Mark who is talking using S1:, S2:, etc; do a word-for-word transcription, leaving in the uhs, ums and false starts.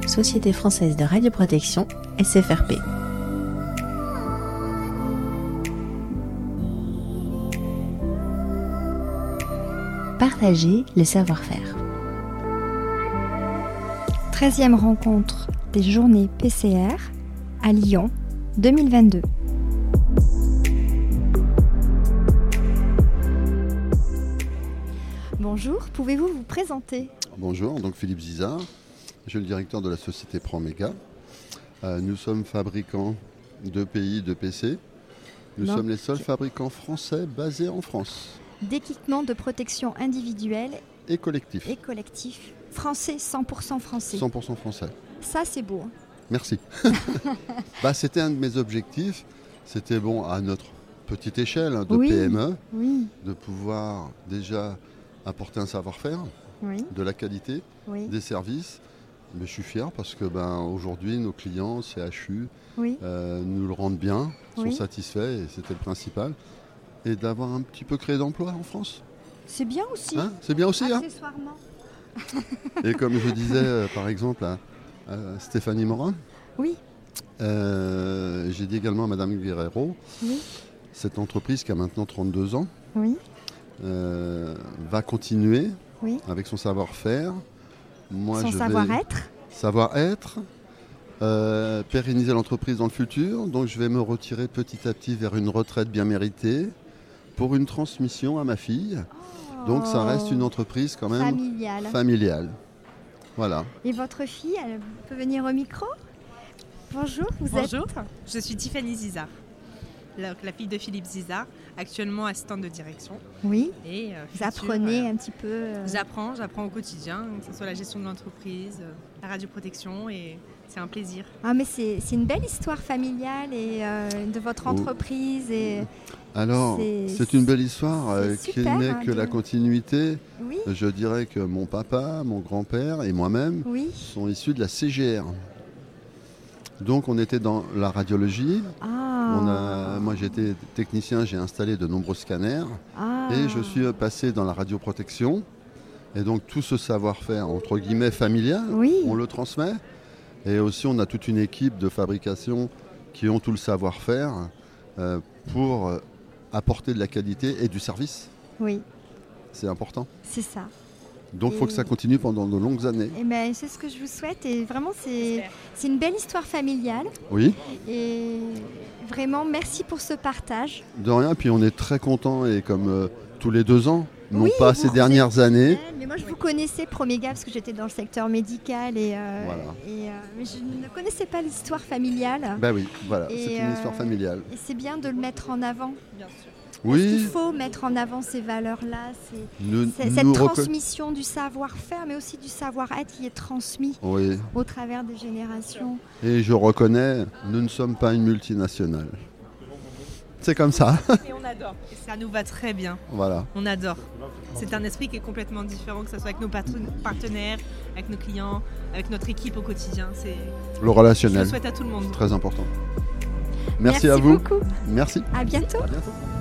S1: Société française de radioprotection, S F R P. Partager le savoir-faire.
S2: treizième rencontre des journées P C R à Lyon deux mille vingt-deux. Bonjour, pouvez-vous vous présenter ?
S3: Bonjour, donc Philippe Zizard, je suis le directeur de la société Promega. Euh, nous sommes fabricants de P I de P C. Nous donc, sommes les seuls fabricants français basés en France.
S2: D'équipements de protection individuelle
S3: et collectif.
S2: Et collectif. Français, cent pour cent français.
S3: cent pour cent français.
S2: Ça, c'est beau. Hein.
S3: Merci. bah, c'était un de mes objectifs. C'était bon à notre petite échelle hein, de
S2: oui,
S3: P M E,
S2: oui.
S3: de pouvoir déjà apporter un savoir-faire,
S2: oui.
S3: de la qualité,
S2: oui.
S3: des services. Mais je suis fier parce que ben, aujourd'hui, nos clients, C H U,
S2: oui. euh,
S3: nous le rendent bien, sont
S2: oui.
S3: satisfaits et c'était le principal. Et d'avoir un petit peu créé d'emplois en France.
S2: C'est bien aussi.
S3: Hein C'est bien aussi.
S2: Accessoirement.
S3: Hein et comme je disais, euh, par exemple, à, à Stéphanie Morin,
S2: oui.
S3: euh, j'ai dit également à Madame Guerrero,
S2: oui.
S3: cette entreprise qui a maintenant trente-deux ans,
S2: oui.
S3: euh, va continuer
S2: oui.
S3: avec son savoir-faire. Moi,
S2: son
S3: je
S2: savoir-être.
S3: Vais savoir-être. Euh, pérenniser l'entreprise dans le futur. Donc, je vais me retirer petit à petit vers une retraite bien méritée pour une transmission à ma fille. Oh. Donc, ça reste une entreprise quand même
S2: familiale.
S3: familiale. Voilà.
S2: Et votre fille, elle peut venir au micro ? Bonjour, vous
S4: Bonjour,
S2: êtes...
S4: je suis Tiffany Zizard, la, la fille de Philippe Zizard, actuellement assistante de direction.
S2: Oui.
S4: Et euh,
S2: vous apprenez
S4: euh,
S2: un petit peu. Euh...
S4: J'apprends, j'apprends au quotidien, que ce soit la gestion de l'entreprise, euh, la radioprotection, et c'est un plaisir.
S2: Ah mais c'est, c'est une belle histoire familiale et euh, de votre entreprise. Et
S3: alors, c'est, c'est une belle histoire euh, qui n'est
S2: hein,
S3: que de... la continuité.
S2: Oui.
S3: Je dirais que mon papa, mon grand-père et moi-même
S2: oui.
S3: sont issus de la C G R. Donc on était dans la radiologie.
S2: Ah.
S3: On a, moi j'étais technicien, j'ai installé de nombreux scanners.
S2: Ah.
S3: Et je suis passé dans la radioprotection. Et donc tout ce savoir-faire, entre guillemets, familial,
S2: oui.
S3: on le transmet. Et aussi on a toute une équipe de fabrication qui ont tout le savoir-faire euh, pour euh, apporter de la qualité et du service.
S2: Oui.
S3: C'est important.
S2: C'est ça.
S3: Donc il faut que ça continue pendant de longues années.
S2: Et ben, c'est ce que je vous souhaite. Et vraiment, c'est, c'est une belle histoire familiale.
S3: Oui.
S2: Et vraiment, merci pour ce partage.
S3: De rien, puis on est très contents et comme euh, tous les deux ans, non
S2: oui,
S3: pas ces dernières années.
S2: Mais moi, je vous connaissais Promega parce que j'étais dans le secteur médical et, euh,
S3: voilà.
S2: et euh, mais je ne connaissais pas l'histoire familiale.
S3: Ben oui, voilà,
S2: et
S3: c'est une
S2: euh,
S3: histoire familiale.
S2: Et c'est bien de le mettre en avant.
S4: Bien sûr.
S3: Oui.
S2: Parce qu'il faut mettre en avant ces valeurs-là, c'est,
S3: nous,
S2: c'est,
S3: nous
S2: cette
S3: nous
S2: transmission reco- du savoir-faire, mais aussi du savoir-être qui est transmis
S3: oui.
S2: au travers des générations.
S3: Et je reconnais, nous ne sommes pas une multinationale. C'est comme ça.
S4: Et on adore. Et ça nous va très bien.
S3: Voilà.
S4: On adore. C'est un esprit qui est complètement différent, que ce soit avec nos partenaires, avec nos clients, avec notre équipe au quotidien. C'est...
S3: Le relationnel.
S4: Je le souhaite à tout le monde.
S3: Très important.
S2: Merci
S3: Merci à vous.
S2: beaucoup.
S3: Merci.
S2: À bientôt.
S3: À bientôt.